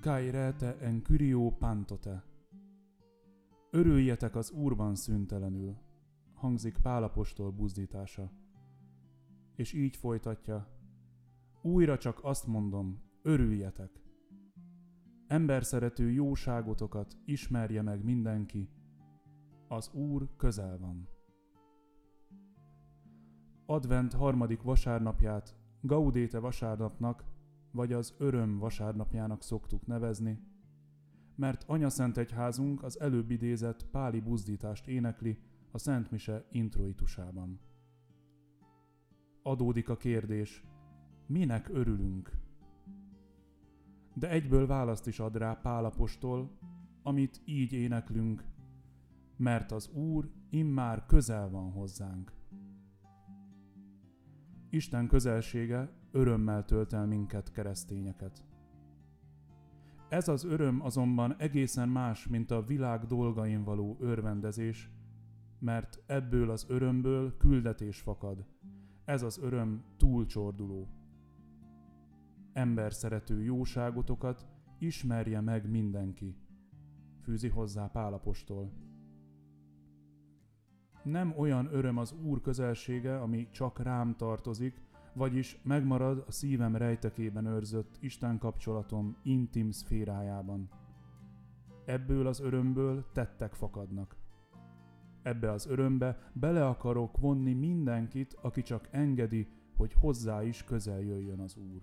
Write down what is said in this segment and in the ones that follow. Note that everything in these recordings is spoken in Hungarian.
Caerete en Kyrio pantote. Örüljetek az Úrban szüntelenül, hangzik Pál apostol buzdítása. És így folytatja, újra csak azt mondom, örüljetek. Emberszerető jóságotokat ismerje meg mindenki, az Úr közel van. Advent harmadik vasárnapját Gaudete vasárnapnak, vagy az öröm vasárnapjának szoktuk nevezni, mert anyaszentegyházunk az előbb idézett páli buzdítást énekli a Szent Mise introitusában. Adódik a kérdés, minek örülünk? De egyből választ is ad rá Pál apostol, amit így éneklünk, mert az Úr immár közel van hozzánk. Isten közelsége örömmel tölt el minket, keresztényeket. Ez az öröm azonban egészen más, mint a világ dolgain való örvendezés, mert ebből az örömből küldetés fakad. Ez az öröm túlcsorduló. Emberszerető jóságotokat ismerje meg mindenki, fűzi hozzá Pál apostol. Nem olyan öröm az Úr közelsége, ami csak rám tartozik, vagyis megmarad a szívem rejtekében őrzött Isten kapcsolatom intim szférájában. Ebből az örömből tettek fakadnak. Ebbe az örömbe bele akarok vonni mindenkit, aki csak engedi, hogy hozzá is közel jöjjön az Úr.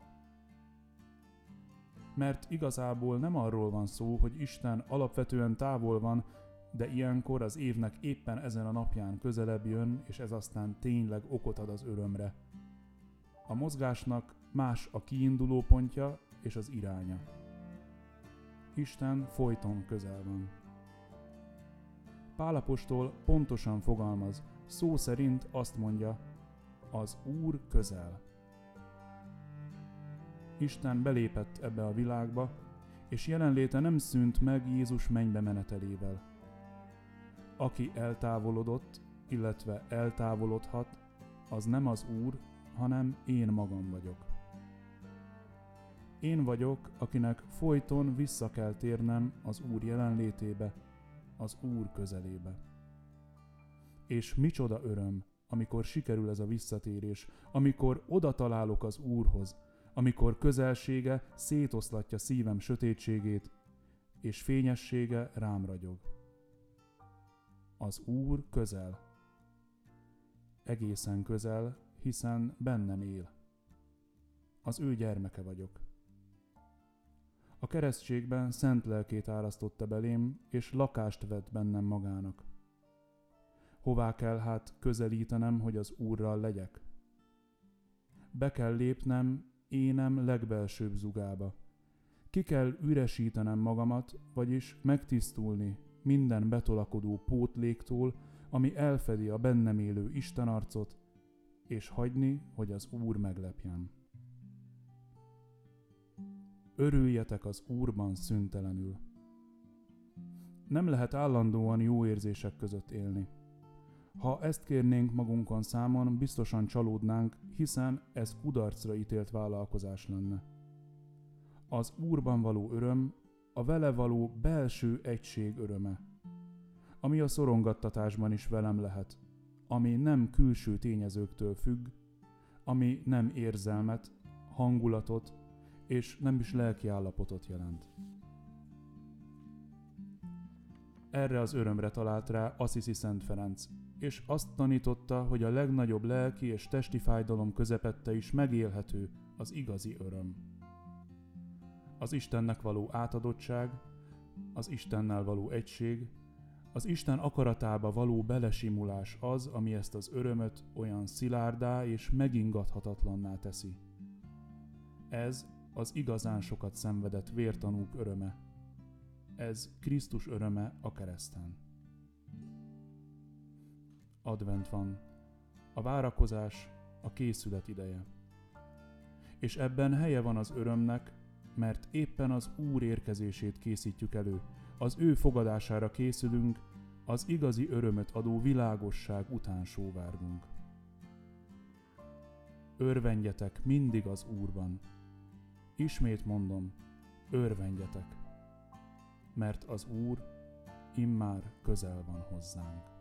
Mert igazából nem arról van szó, hogy Isten alapvetően távol van, de ilyenkor az évnek éppen ezen a napján közelebb jön, és ez aztán tényleg okot ad az örömre. A mozgásnak más a kiinduló pontja és az iránya. Isten folyton közel van. Pál apostol pontosan fogalmaz, szó szerint azt mondja, az Úr közel. Isten belépett ebbe a világba, és jelenléte nem szűnt meg Jézus mennybe menetelével. Aki eltávolodott, illetve eltávolodhat, az nem az Úr, hanem én magam vagyok. Én vagyok, akinek folyton vissza kell térnem az Úr jelenlétébe, az Úr közelébe. És micsoda öröm, amikor sikerül ez a visszatérés, amikor oda találok az Úrhoz, amikor közelsége szétoszlatja szívem sötétségét, és fényessége rám ragyog. Az Úr közel. Egészen közel, hiszen bennem él. Az ő gyermeke vagyok. A keresztségben szent lelkét árasztotta belém, és lakást vett bennem magának. Hová kell hát közelítenem, hogy az Úrral legyek? Be kell lépnem énem legbelsőbb zugába. Ki kell üresítenem magamat, vagyis megtisztulni minden betolakodó pótléktól, ami elfedi a bennem élő Istenarcot, és hagyni, hogy az Úr meglepjen. Örüljetek az Úrban szüntelenül. Nem lehet állandóan jó érzések között élni. Ha ezt kérnénk magunkon számon, biztosan csalódnánk, hiszen ez kudarcra ítélt vállalkozás lenne. Az Úrban való öröm, a vele való belső egység öröme, ami a szorongattatásban is velem lehet, ami nem külső tényezőktől függ, ami nem érzelmet, hangulatot és nem is lelki állapotot jelent. Erre az örömre talált rá Assisi Szent Ferenc, és azt tanította, hogy a legnagyobb lelki és testi fájdalom közepette is megélhető az igazi öröm. Az Istennek való átadottság, az Istennel való egység, az Isten akaratába való belesimulás az, ami ezt az örömöt olyan szilárdá és megingathatatlanná teszi. Ez az igazán sokat szenvedett vértanúk öröme. Ez Krisztus öröme a kereszten. Advent van, a várakozás, a készület ideje. És ebben helye van az örömnek, mert éppen az Úr érkezését készítjük elő, az ő fogadására készülünk, az igazi örömöt adó világosság után sóvárgunk. Örvendjetek mindig az Úrban. Ismét mondom, örvendjetek, mert az Úr immár közel van hozzánk.